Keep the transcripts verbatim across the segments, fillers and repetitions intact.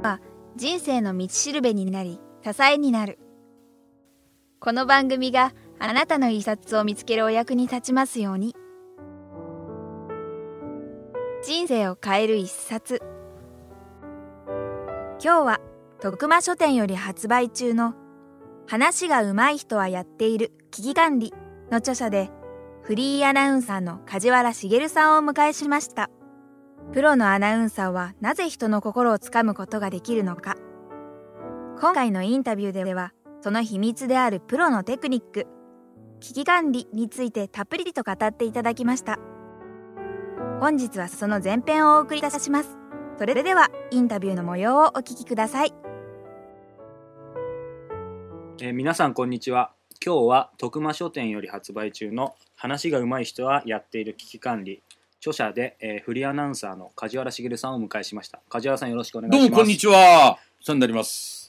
は人生の道しるべになり支えになる。この番組があなたの一冊を見つけるお役に立ちますように。人生を変える一冊。今日は徳間書店より発売中の話が上手い人はやっている危機管理の著者で、フリーアナウンサーの梶原茂さんをお迎えしました。プロのアナウンサーはなぜ人の心をつかむことができるのか。今回のインタビューでは、その秘密であるプロのテクニック、危機管理についてたっぷりと語っていただきました。本日はその前編をお送りいたします。それではインタビューの模様をお聞きください。 えー、皆さんこんにちは。今日は徳間書店より発売中の話が上手い人はやっている危機管理、著者で、えー、フリーアナウンサーの梶原茂さんをお迎えしました。梶原さん、よろしくお願いします。 どうもこんにちは。お世話になります。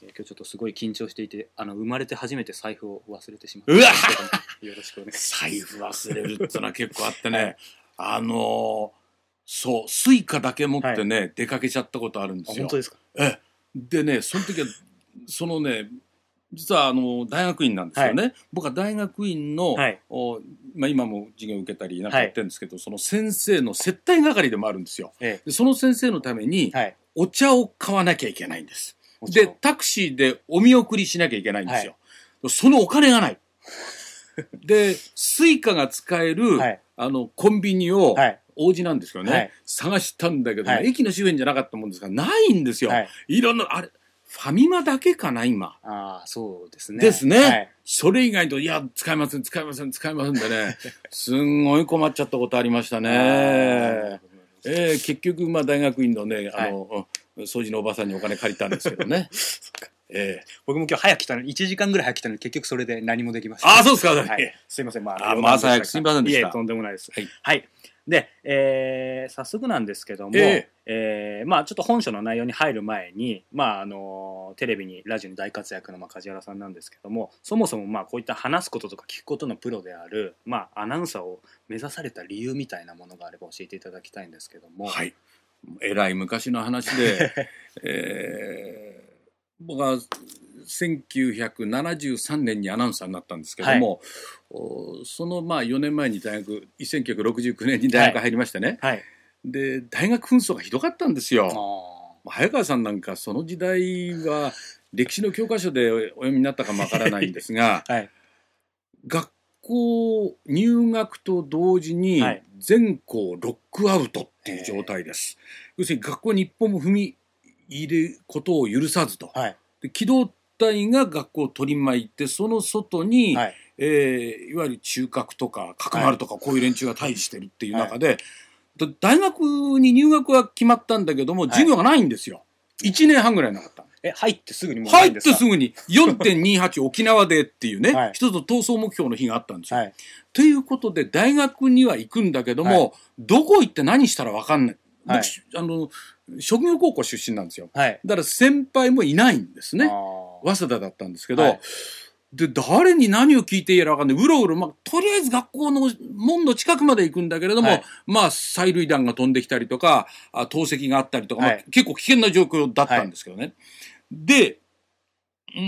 えー、今日ちょっとすごい緊張していて、あの生まれて初めて財布を忘れてしまった。 うわよろしくお願いします。 財布忘れるってのは結構あってね、はい、あのー、そうスイカだけ持ってね、はい、出かけちゃったことあるんですよ。 本当ですか？ えでね、その時はそのね実はあの大学院なんですよね、はい、僕は大学院の、はい、おまあ、今も授業受けたりなんかやってるんですけど、はい、その先生の接待係でもあるんですよ、ええ、でその先生のためにお茶を買わなきゃいけないんです、はい、でタクシーでお見送りしなきゃいけないんですよ、はい、そのお金がないでスイカが使える、はい、あのコンビニを、はい、王子なんですけどね、はい、探したんだけど、ね、はい、駅の周辺じゃなかったもんですからないんですよ、はい、いろんなあれファミマだけかな今。 ああ、そうですね。 ですね、はい。それ以外といや使いません使いません使いませんでねすんごい困っちゃったことありましたね。えー、結局まあ大学院のねあの、はい、掃除のおばさんにお金借りたんですけどねえー、 僕も今日早く来たのにいちじかんぐらい早く来たのに結局それで何もできました、 ね、ああそうですか、 はい、すいません、まあ、 あまあ朝早くすいませんでした。 いえとんでもないです。はい、はいで、えー、早速なんですけども、えーえー、まあちょっと本書の内容に入る前に、まああのテレビにラジオに大活躍のまあ梶原さんなんですけども、そもそもまあこういった話すこととか聞くことのプロである、まあ、アナウンサーを目指された理由みたいなものがあれば教えていただきたいんですけども。 はい、えらい昔の話で、えー、僕はせんきゅうひゃくななじゅうさんねんにアナウンサーになったんですけども、はい、そのまあよねんまえに大学せんきゅうひゃくろくじゅうきゅうねんに大学入りましてね、はいはい、で大学紛争がひどかったんですよ。早川さんなんかその時代は歴史の教科書でお読みになったかもわからないんですが、はい、学校入学と同時に全校ロックアウトっていう状態です。要するに学校に一歩も踏み入れることを許さずと、はい、で機動隊が学校を取り巻いてその外に、はいえー、いわゆる中核とか角丸とかこういう連中が対峙してるっていう中で、はい、大学に入学は決まったんだけども授業がないんですよ、はい、いちねんはんぐらいなかった。 え入ってすぐにもうないんですか？ 入ってすぐに よんてんにはち 沖縄でっていうね、はい、一つの闘争目標の日があったんですよ、はい、ということで大学には行くんだけども、はい、どこ行って何したら分かんない、はい、僕あの職業高校出身なんですよ、はい、だから先輩もいないんですね。早稲田だったんですけど、はい、で誰に何を聞いていいやら分かんない、うろうろ、まあ、とりあえず学校の門の近くまで行くんだけれども、はい、まあ催涙弾が飛んできたりとかあ投石があったりとか、はいまあ、結構危険な状況だったんですけどね、はい、でうん、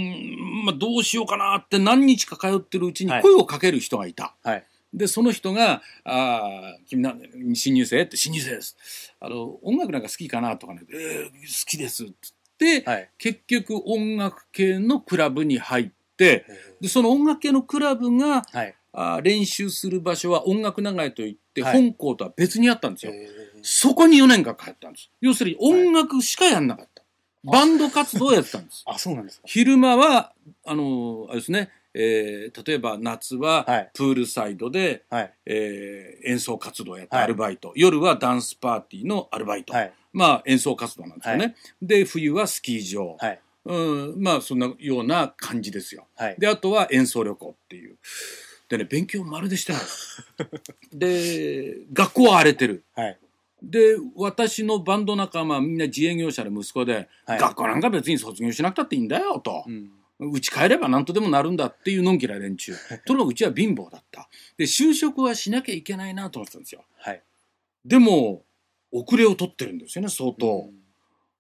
まあ、どうしようかなって何日か通ってるうちに声をかける人がいた、はい、でその人があ君な新入生って新入生ですあの音楽なんか好きかなとかね、えー、好きですってで、はい、結局音楽系のクラブに入ってでその音楽系のクラブが、はい、あ練習する場所は音楽長屋といって、はい、本校とは別にあったんですよ。そこによねんかん通ったんです。要するに音楽しかやんなかった、はい、バンド活動をやってたんです。 あ、そうなんですか。 昼間はあのあれですね、えー、例えば夏はプールサイドで、はいえー、演奏活動をやってアルバイト、はい、夜はダンスパーティーのアルバイト、はいまあ演奏活動なんですよね、はい、で冬はスキー場、はいうん、まあそんなような感じですよ、はい、であとは演奏旅行っていうでね勉強まるでしてないで学校は荒れてる、はい、で私のバンド仲間はみんな自営業者で息子で、はい、学校なんか別に卒業しなくたっていいんだよと、うんうち帰れば何とでもなるんだっていうのんきな連中とにかくうちは貧乏だったで就職はしなきゃいけないなと思ってたんですよ、はい、でも遅れを取ってるんですよね相当、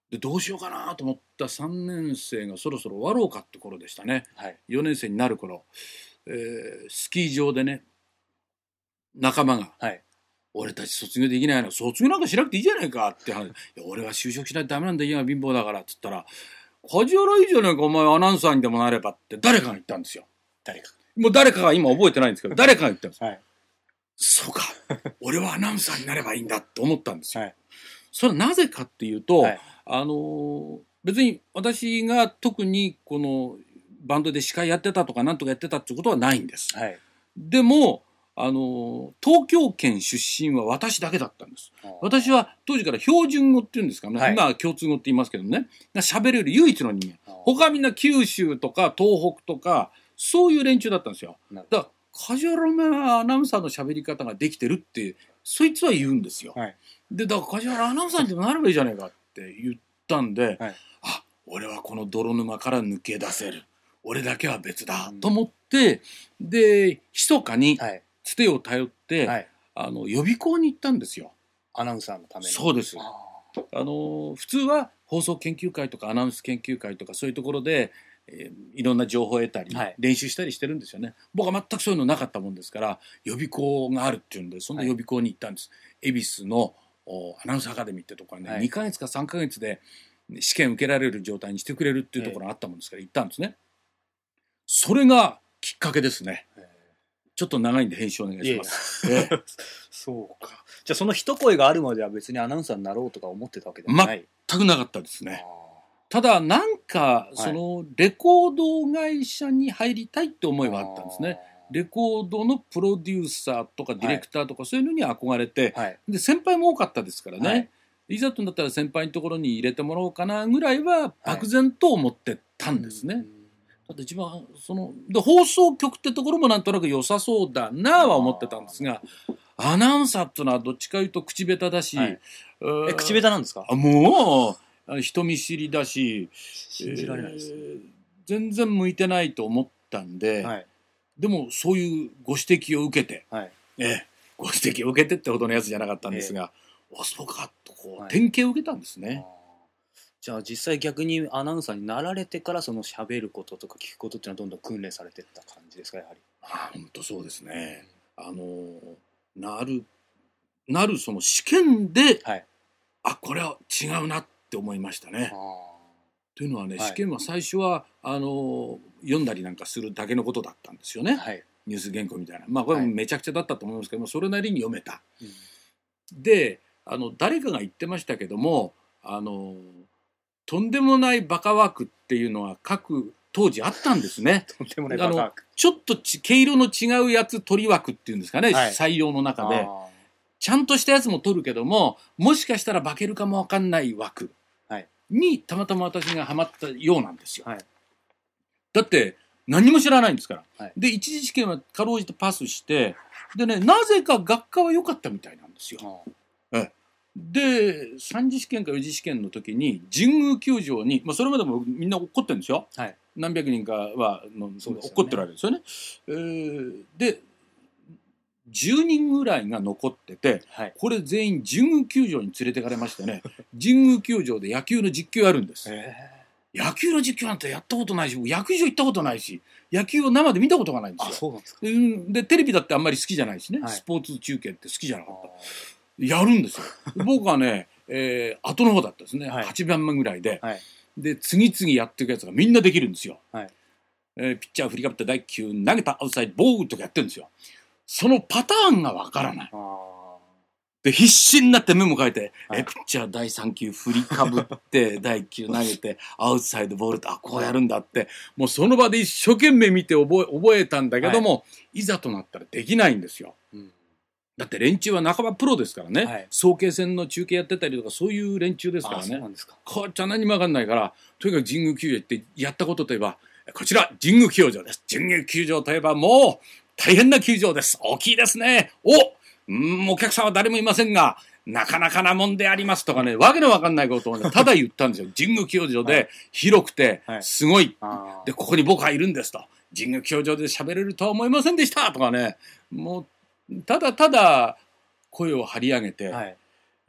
でどうしようかなと思ったさんねん生がそろそろ終わろうかって頃でしたね、はい、よねん生になる頃、えー、スキー場でね仲間が、はい、俺たち卒業できないの、卒業なんかしなくていいじゃないかって話、いや俺は就職しないとダメなんだ、家が貧乏だからって言ったら、梶原いいじゃないかお前アナウンサーにでもなればって誰かが言ったんですよ。誰かもう誰かが今覚えてないんですけど誰かが言ったんです、はい、そうか俺はアナウンサーになればいいんだって思ったんですよ、はい、それはなぜかっていうと、はい、あのー、別に私が特にこのバンドで司会やってたとかなんとかやってたってことはないんです、はい、でもあの東京圏出身は私だけだったんです。私は当時から標準語っていうんですかね、はい、今は共通語って言いますけどね、喋れる唯一の人間、他はみんな九州とか東北とかそういう連中だったんですよ。だから梶原お前はアナウンサーの喋り方ができてるってそいつは言うんですよ、はい、でだから梶原アナウンサーにでもなればいいじゃないかって言ったんで、はい、あ俺はこの泥沼から抜け出せる、俺だけは別だと思って、うん、で密かに、はいつてを頼って、はい、あの予備校に行ったんですよ。アナウンサーのために。そうです。ああの普通は放送研究会とかアナウンス研究会とかそういうところで、えー、いろんな情報を得たり、はい、練習したりしてるんですよね。僕は全くそういうのなかったもんですから予備校があるっていうんでそんな予備校に行ったんです。恵比寿のアナウンスアカデミーってところね、はい、にかげつかさんかげつで試験受けられる状態にしてくれるっていうところがあったもんですから行ったんですね。それがきっかけですね。ちょっと長いんで編集お願いします。いやいやえそうか。じゃあその一声があるまでは別にアナウンサーになろうとか思ってたわけではない。 全くなかったですね。ただなんかそのレコード会社に入りたいって思いはあったんですね。レコードのプロデューサーとかディレクターとかそういうのに憧れて、はい、で先輩も多かったですからね、はい、いざとなったら先輩のところに入れてもらおうかなぐらいは漠然と思ってたんですね。はい、だって一番そので放送局ってところもなんとなく良さそうだなは思ってたんですが、アナウンサーっていうのはどっちかいうと口下手だし、はい、 え口下手なんですか？ もう人見知りだし信じられないです、ねえー、 全然向いてないと思ったんで、はい、でもそういうご指摘を受けて、はいえー、ご指摘を受けてってほどのやつじゃなかったんですが、えー、あそうかとこう、はい、典型を受けたんですね。 じゃあ実際逆にアナウンサーになられてからその喋ることとか聞くことっていうのはどんどん訓練されていった感じですか？やはり。 あ本当そうですね。あのなるなるその試験で、はい、あこれは違うなって思いましたね。というのはね、はい、試験は最初はあの読んだりなんかするだけのことだったんですよね、はい、ニュース原稿みたいな。まあこれもめちゃくちゃだったと思いますけども、はい、それなりに読めた、うん、であの誰かが言ってましたけどもあのとんでもないバカ枠っていうのは各当時あったんですね。 とんでもないバカ枠。 あのちょっとち毛色の違うやつ取り枠っていうんですかね、はい、採用の中でちゃんとしたやつも取るけどももしかしたら化けるかも分かんない枠にたまたま私がハマったようなんですよ、はい、だって何も知らないんですから、はい、で一次試験はかろうじてパスしてでねなぜか学科は良かったみたいなんですよ。えでさん次試験かよん次試験の時に神宮球場に、まあ、それまでもみんな怒ってるんですよ、はい、何百人かはの、ね、怒ってるわけですよね、えー、でじゅうにんぐらいが残ってて、はい、これ全員神宮球場に連れてかれましてね神宮球場で野球の実況やるんです。野球の実況なんてやったことないし野球場行ったことないし野球を生で見たことがないんですよ。あそうなんですか。でテレビだってあんまり好きじゃないしね、はい、スポーツ中継って好きじゃなかった。やるんですよ。僕はね、えー、後の方だったですね、はい、はちばんめぐらいで、はい、で次々やっていくやつがみんなできるんですよ、はいえー、ピッチャー振りかぶってだいいっ球投げたアウトサイドボールとかやってるんですよ。そのパターンがわからない。で必死になってメモ書いて、はい、えピッチャーだいさん球振りかぶってだいいっ球投げてアウトサイドボールってあこうやるんだってもうその場で一生懸命見て覚え、覚えたんだけども、はい、いざとなったらできないんですよ、うんだって連中は半ばプロですからね、はい、早慶戦の中継やってたりとかそういう連中ですからね。そうなんですか。こっちは何も分かんないからとにかく神宮球場行ってやったことといえばこちら神宮球場です。神宮球場といえばもう大変な球場です。大きいですね。おうんお客さんは誰もいませんがなかなかなもんでありますとかねわけの分かんないことを、ね、ただ言ったんですよ神宮球場で広くてすごい、はい、でここに僕はいるんですと神宮球場で喋れるとは思いませんでしたとかねもうただただ声を張り上げて、はい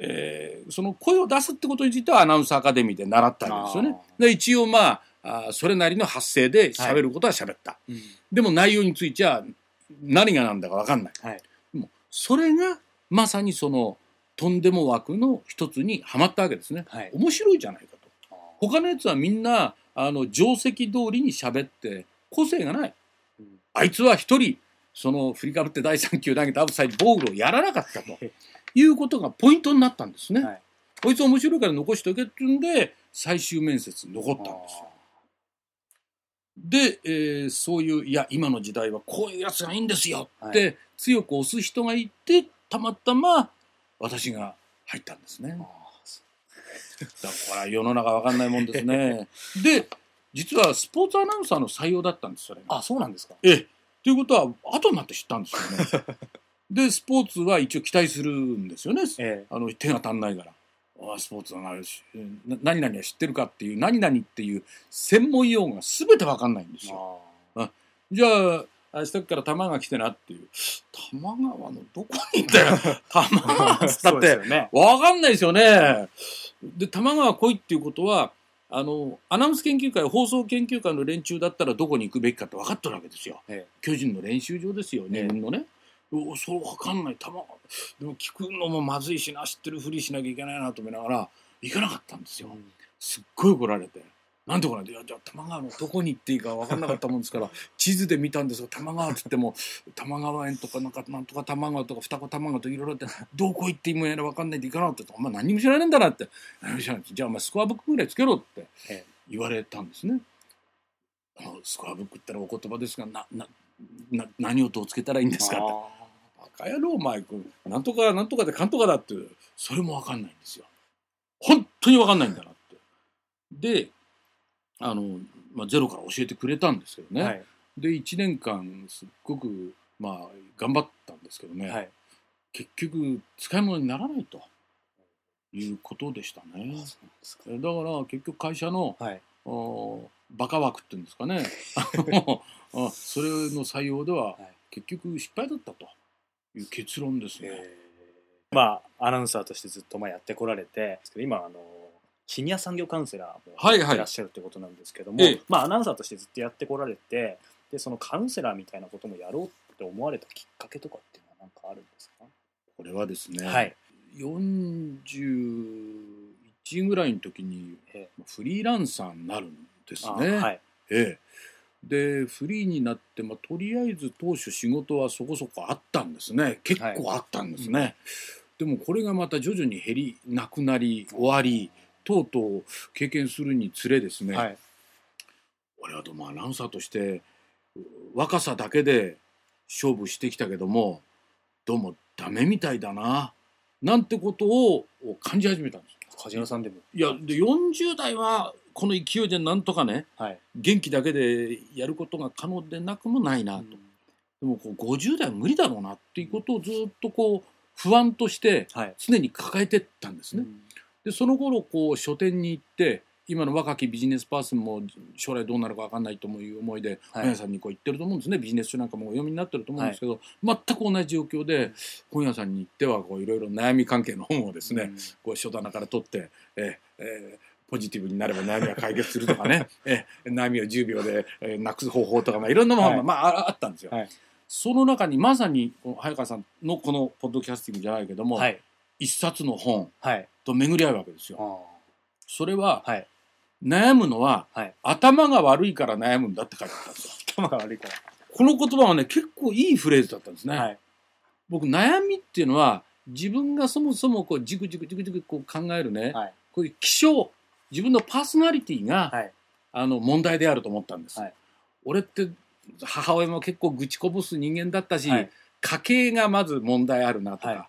えー、その声を出すってことについてはアナウンサーアカデミーで習ったわけですよね。で一応まああそれなりの発声で喋ることは喋った、はいうん、でも内容については何が何だか分かんない、はい、もうそれがまさにそのとんでも枠の一つにはまったわけですね、はい、面白いじゃないかと。他のやつはみんなあの定石通りに喋って個性がない、うん、あいつは一人その振りかぶってだいさん球投げたアウトサイドボールをやらなかったということがポイントになったんですね、はい、こいつ面白いから残しておけっていうんで最終面接に残ったんですよ。で、えー、そういういや今の時代はこういうやつがいいんですよって強く押す人がいてたまたま私が入ったんですね。だから世の中わかんないもんですね。で実はスポーツアナウンサーの採用だったんですそれが。 あそうなんですか。 ええということは後になって知ったんですよね。でスポーツは一応期待するんですよね、ええ、あの手が足んないから。あスポーツは何々は知ってるかっていう何々っていう専門用語が全て分かんないんですよ。あじゃあ明日から多摩川来てなっていう多摩川のどこに行ったよ多摩川っつったって分かんないですよね。で多摩川来いっていうことはあのアナウンス研究会放送研究会の連中だったらどこに行くべきかって分かってるわけですよ、ええ、巨人の練習場ですよね、ええ、のねそう分かんないたまでも聞くのもまずいしな知ってるふりしなきゃいけないなと思いながら行かなかったんですよ、うん、すっごい怒られてなんでこないでいやじゃあ多摩川のどこに行っていいか分かんなかったもんですから地図で見たんですが多摩川って言っても多摩川園とかなんかなんとか多摩川とか二子玉川といろいろってどこ行ってもやら分かんないで行かなってお前何も知らないんだなってじゃあお前スコアブックぐらいつけろって言われたんですね。あのスコアブックってのはお言葉ですがななな何をどうつけたらいいんですかってバカ野郎お前なんとかなんとかでかんとかだってそれも分かんないんですよ。本当に分かんないんだなって。であの、まあ、ゼロから教えてくれたんですけどね、はい、でいちねんかんすっごく、まあ、頑張ったんですけどね、はい、結局使い物にならないということでしたね。だから結局会社の、はい、バカ枠っていうんですかねそれの採用では結局失敗だったという結論ですね、えー、まあアナウンサーとしてずっとまあやってこられて今あのシニア産業カウンセラーもやってらっしゃるってことなんですけども、はいはいまあ、アナウンサーとしてずっとやってこられてでそのカウンセラーみたいなこともやろうって思われたきっかけとかっていうのは何かあるんですか？ これはですね、 はい、 よんじゅういちぐらいの時にフリーランサーになるんですね、はいええ、でフリーになって、まあ、とりあえず当初仕事はそこそこあったんですね。結構あったんですね、はい、でもこれがまた徐々に減りなくなり終わりとうとう経験するにつれですね、はい、俺はどうもアナウンサーとして若さだけで勝負してきたけどもどうもダメみたいだななんてことを感じ始めたんです。 梶原さんでもいやでよんじゅう代はこの勢いでなんとかね、はい、元気だけでやることが可能でなくもないなと、うん、でもこうごじゅう代は無理だろうなっていうことをずっとこう不安として常に抱えてったんですね、はいうん、でその頃こう書店に行って今の若きビジネスパーソンも将来どうなるか分かんないという思いで本屋さんにこう行ってると思うんですね。ビジネス書なんかもお読みになってると思うんですけど、はい、全く同じ状況で本屋さんに行ってはいろいろ悩み関係の本をですね、うん、こう書棚から取ってえ、えー、ポジティブになれば悩みは解決するとかねえ悩みをじゅうびょうで、えー、なくす方法とか、まあ、いろんなものが、はいまあ、あったんですよ、はい、その中にまさに早川さんのこのポッドキャスティングじゃないけども、はい、一冊の本と巡り合うわけですよ、はい、それは、はい悩むのは、はい、頭が悪いから悩むんだって書いてあったんですよ。 頭が悪いから。 この言葉はね結構いいフレーズだったんですね、はい、僕悩みっていうのは自分がそもそもこうじくじくじくじくこう考えるね、はい、こういう気象自分のパーソナリティが、はい、あの問題であると思ったんです、はい、俺って母親も結構愚痴こぼす人間だったし、はい、家計がまず問題あるなとか、はい、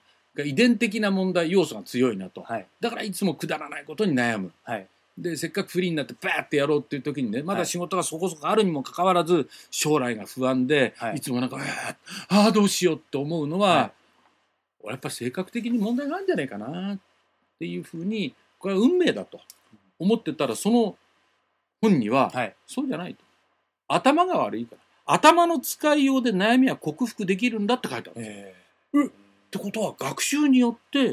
遺伝的な問題要素が強いなと、はい、だからいつもくだらないことに悩む、はいでせっかくフリーになってバーってやろうっていう時にねまだ仕事がそこそこあるにもかかわらず将来が不安で、はい、いつもなんかああどうしようって思うのは、はい、俺やっぱ性格的に問題があるんじゃないかなっていうふうにこれは運命だと思ってたらその本には、はい、そうじゃないと頭が悪いから頭の使いようで悩みは克服できるんだって書いてあるんですよ、えー、ってことは学習によって、はい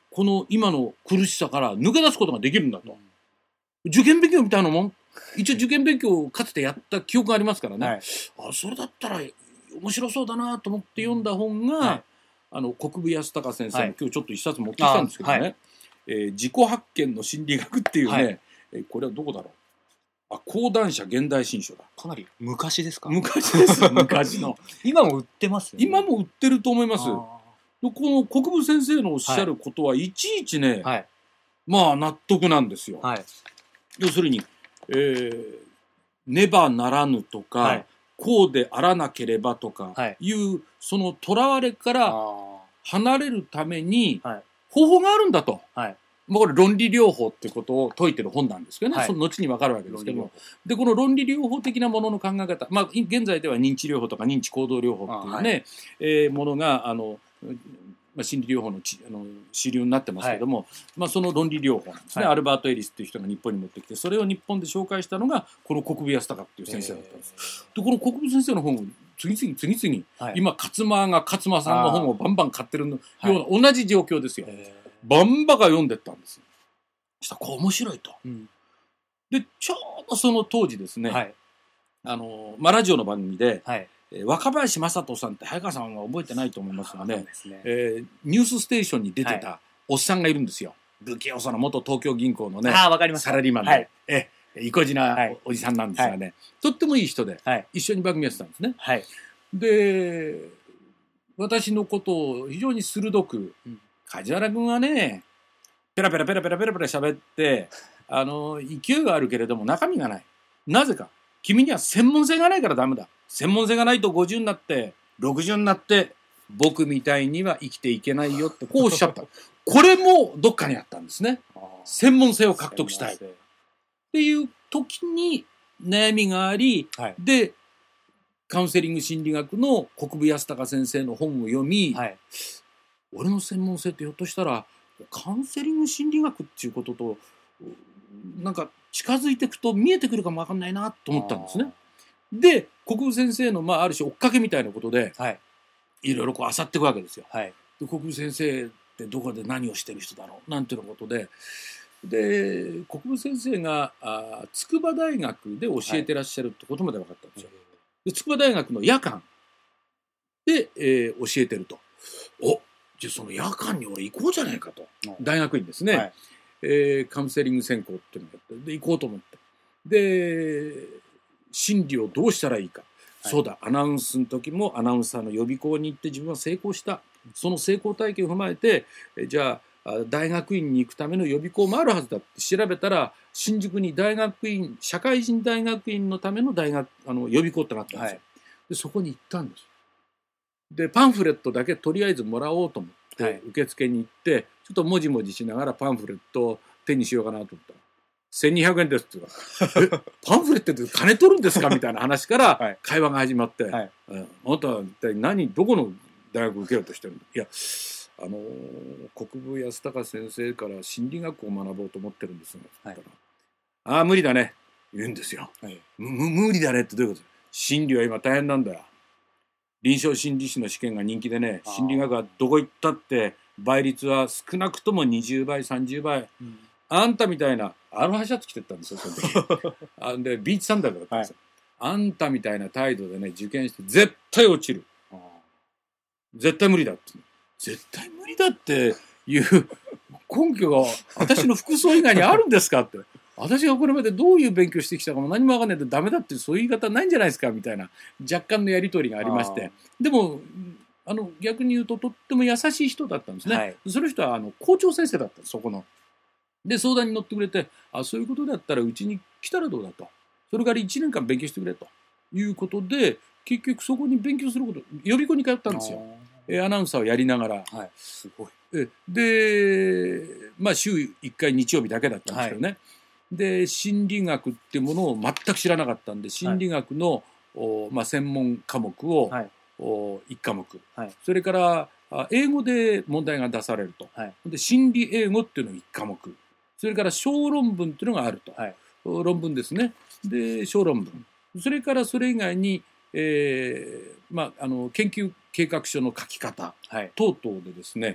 この今の苦しさから抜け出すことができるんだと、うん、受験勉強みたいなもん、一応受験勉強をかつてやった記憶がありますからね、はい、あそれだったら面白そうだなと思って読んだ本が、はい、あの国分安隆先生の、はい、今日ちょっと一冊持ってきたんですけどね、はい、えー、自己発見の心理学っていうね、はい、えー、これはどこだろう、あ、講談社現代新書だ。 かなり昔ですか？ 昔です昔の今も売ってますよね。 今も売ってると思います。この国分先生のおっしゃることはいちいちね、はい、まあ納得なんですよ、はい、要するに、えー、ねばならぬとか、はい、こうであらなければとかいう、はい、そのとらわれから離れるために方法があるんだと、はい、これ論理療法っていうことを説いてる本なんですけどね、はい、その後に分かるわけですけども、でこの論理療法的なものの考え方、まあ、現在では認知療法とか認知行動療法っていうね、はい、えー、ものがあの、まあ、心理療法のちあの主流になってますけども、はい、まあ、その論理療法なんですね、はい、アルバート・エリスっていう人が日本に持ってきて、それを日本で紹介したのがこの国分安隆っていう先生だったんです。でこの国分先生の本を次々次々、はい、今勝間が勝間さんの本をバンバン買ってるような、はい、同じ状況ですよ。バンバが読んでったんです。そしたらこう面白いと、うん、でちょうどその当時ですね、はい、あのまあ、ラジオの番組で、はい、えー、若林正人さんって早川さんは覚えてないと思いますがね、ね、えー、ニュースステーションに出てたおっさんがいるんですよ、はい、不器用さの元東京銀行のね、 あ、わかります、 サラリーマンで、はい、え意固地なおじさんなんですがね、はい、とってもいい人で、はい、一緒に番組やってたんですね、はい、で私のことを非常に鋭く、うん、梶原君はねペラペラペラペラペラペラ喋ってあの勢いがあるけれども中身がない、なぜか君には専門性がないからダメだ、専門性がないとごじゅうになってろくじゅうになって僕みたいには生きていけないよってこうおっしゃったこれもどっかにあったんですね。専門性を獲得したいっていう時に悩みがあり、はい、でカウンセリング心理学の国分安隆先生の本を読み、はい、俺の専門性ってひょっとしたらカウンセリング心理学っていうこととなんか近づいていくと見えてくるかも分かんないなと思ったんですね。で国分先生の、まあ、ある種追っかけみたいなことで、はい、いろいろこう漁っていくわけですよ、はい、で国分先生ってどこで何をしてる人だろうなんていうことでで国分先生があ筑波大学で教えてらっしゃるってことまで分かったんですよ、はい、で筑波大学の夜間で、えー、教えてると、おじゃあその夜間に俺行こうじゃないかと、うん、大学院ですね、はい、えー、カウンセリング専攻っていうのをやってで行こうと思って、で心理をどうしたらいいか、はい、そうだアナウンスの時もアナウンサーの予備校に行って自分は成功した、その成功体験を踏まえてえじゃあ大学院に行くための予備校もあるはずだって調べたら新宿に大学院社会人大学院のための大学あの予備校ってなったんですよ、はい、でそこに行ったんです。でパンフレットだけとりあえずもらおうと思って受付に行って、はい、ちょっともじもじしながらパンフレットを手にしようかなと思ったらせんにひゃくえんですって言うからえパンフレットって金取るんですかみたいな話から会話が始まって、はい、うん、あなたは一体何どこの大学受けようとしてるんだ、いやあのー、国分安隆先生から心理学を学ぼうと思ってるんですよ、はい、ああ無理だね言うんですよ、はい、む無理だねってどういうこと？心理は今大変なんだよ、臨床心理士の試験が人気でね、心理学はどこ行ったって倍率は少なくともにじゅうばいさんじゅうばい、うん、あんたみたいなアロハシャツ着てったんですよその時あでビーチサンダルだったんですよ、はい、あんたみたいな態度でね受験して絶対落ちる、絶対無理だって絶対無理だっていう根拠が私の服装以外にあるんですかって私がこれまでどういう勉強してきたかも何も分かんないとダメだってそういう言い方ないんじゃないですかみたいな若干のやり取りがありまして、でもあの逆に言うととっても優しい人だったんですね、はい、その人はあの校長先生だったんですそこので相談に乗ってくれて、あそういうことだったらうちに来たらどうだと、それからいちねんかん勉強してくれということで結局そこに勉強すること予備校に通ったんですよ、アナウンサーをやりながら、はい、すごいで、まあ、週いっかい日曜日だけだったんですけどね、はい、で心理学っていうものを全く知らなかったんで心理学の、はい、まあ、専門科目を、はい、いち科目、はい、それから英語で問題が出されると、はい、で心理英語っていうのがいち科目、それから小論文っていうのがあると、はい、論文ですね、で小論文、それからそれ以外に、えーまあ、あの研究計画書の書き方、はい、等々でですね、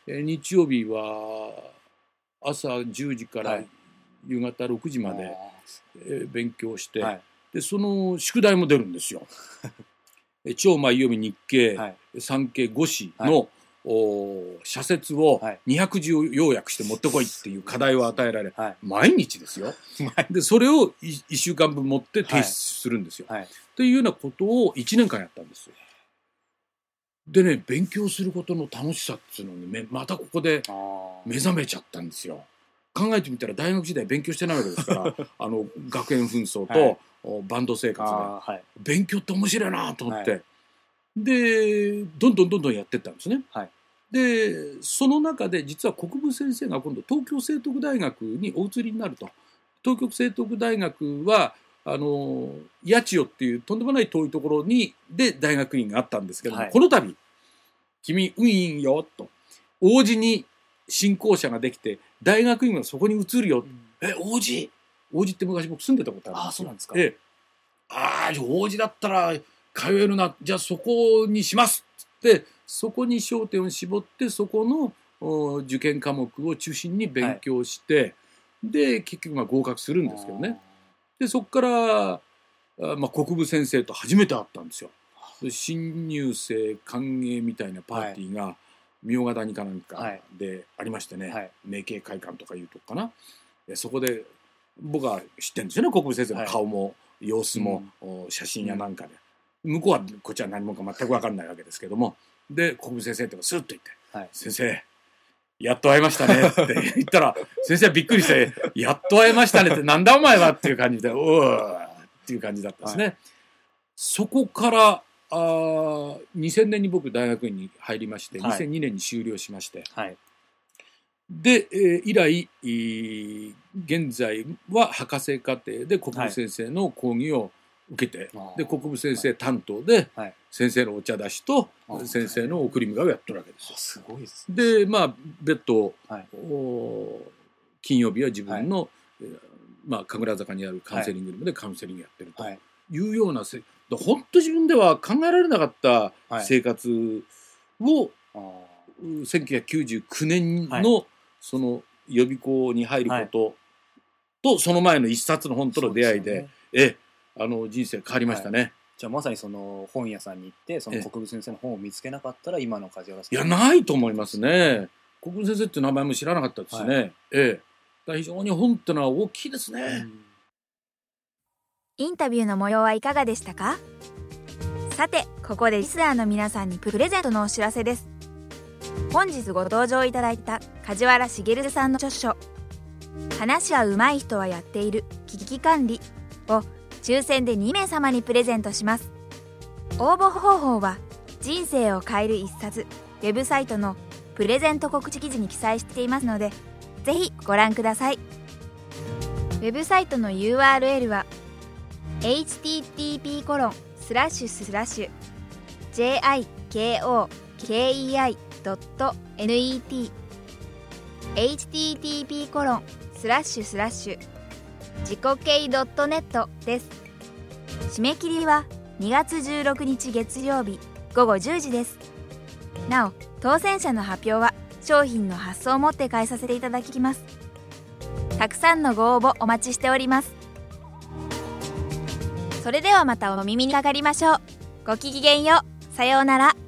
えー、日曜日は朝じゅうじから夕方ろくじまで、はい、えー、勉強して、はい、でその宿題も出るんですよ。超毎読み日経、はい、産経ご紙の、はい、お社説をにひゃくじ要約して持ってこいっていう課題を与えられ、はい、毎日ですよ。でそれをいっしゅうかんぶん持って提出するんですよ。はいはい、というようなことをいちねんかんやったんですよ。でね、勉強することの楽しさっていうのにまたここで目覚めちゃったんですよ。考えてみたら大学時代勉強してないわけですからあの学園紛争と、はい、バンド生活で、はい、勉強って面白いなと思って、はい、でどんどんどんどんやってったんですね。はい、でその中で実は国分先生が今度東京聖徳大学にお移りになると。東京聖徳大学はあの八千代っていうとんでもない遠いところにで大学院があったんですけども、はい、この度君運いいよと王子に新校舎ができて大学院がそこに移るよ、うん、え王子王子って昔僕住んでたことあるんですよ。あ、そうなんですか。えああ王子だったら通えるな、じゃあそこにしますってそこに焦点を絞ってそこの受験科目を中心に勉強して、はい、で結局まあ合格するんですけどね。でそこから、まあ、国分先生と初めて会ったんですよ。新入生歓迎みたいなパーティーが茗荷谷かなんかでありましてね、はい、明慶会館とかいうとこかな。でそこで僕は知ってるんですよね、国分先生の顔も、はい、様子も、うん、写真やなんかで、うん、向こうはこっちは何もか全く分かんないわけですけども、で国分先生ってスッと言って、はい、先生やっと会いましたねって言ったら先生はびっくりしてやっと会いましたねってなんだお前はっていう感じでおーっていう感じだったんですね。はい、そこからあにせんねんに僕大学院に入りまして、はい、にせんにねんに修了しまして、はい、で、えー、以来、えー、現在は博士課程で国分先生の講義を受けて、はい、で国分先生担当で、はい、先生のお茶出しと先生の送り迎えをやってるわけですよ。 すごいですね。 でまあ別途、はい、金曜日は自分の、はい、まあ、神楽坂にあるカウンセリングルームでカウンセリングやってるというようなせ、本当自分では考えられなかった生活を、はい、せんきゅうひゃくきゅうじゅうきゅうねんの、はい、その予備校に入ることと、はい、その前の一冊の本との出会い で, で、ね、えあの人生変わりましたね。はい、 じゃあまさにその本屋さんに行ってその国分先生の本を見つけなかったら今の梶原さんいやないと思いますね。国分先生っていう名前も知らなかったですね。はい、ええ非常に本ってのは大きいですね。うん、 インタビューの模様はいかがでしたか？さてここでリスナーの皆さんにプレゼントのお知らせです。本日ご登場いただいた梶原茂さんの著書話は上手い人はやっている危機管理を抽選でにめいさまにプレゼントします。応募方法は人生を変える一冊ウェブサイトのプレゼント告知記事に記載していますのでぜひご覧ください。ウェブサイトの ユーアールエル は エイチティーティーピーコロンスラッシュスラッシュジェイアイケーオーケーイーアイドットネット エイチティーティーピーコロンスラッシュスラッシュ自己系 ドットネット です。締め切りはにがつじゅうろくにち月曜日ごごじゅうじです。なお当選者の発表は商品の発送をもって返させていただきます。たくさんのご応募お待ちしております。それではまたお耳にかかりましょう。ごきげんよう。さようなら。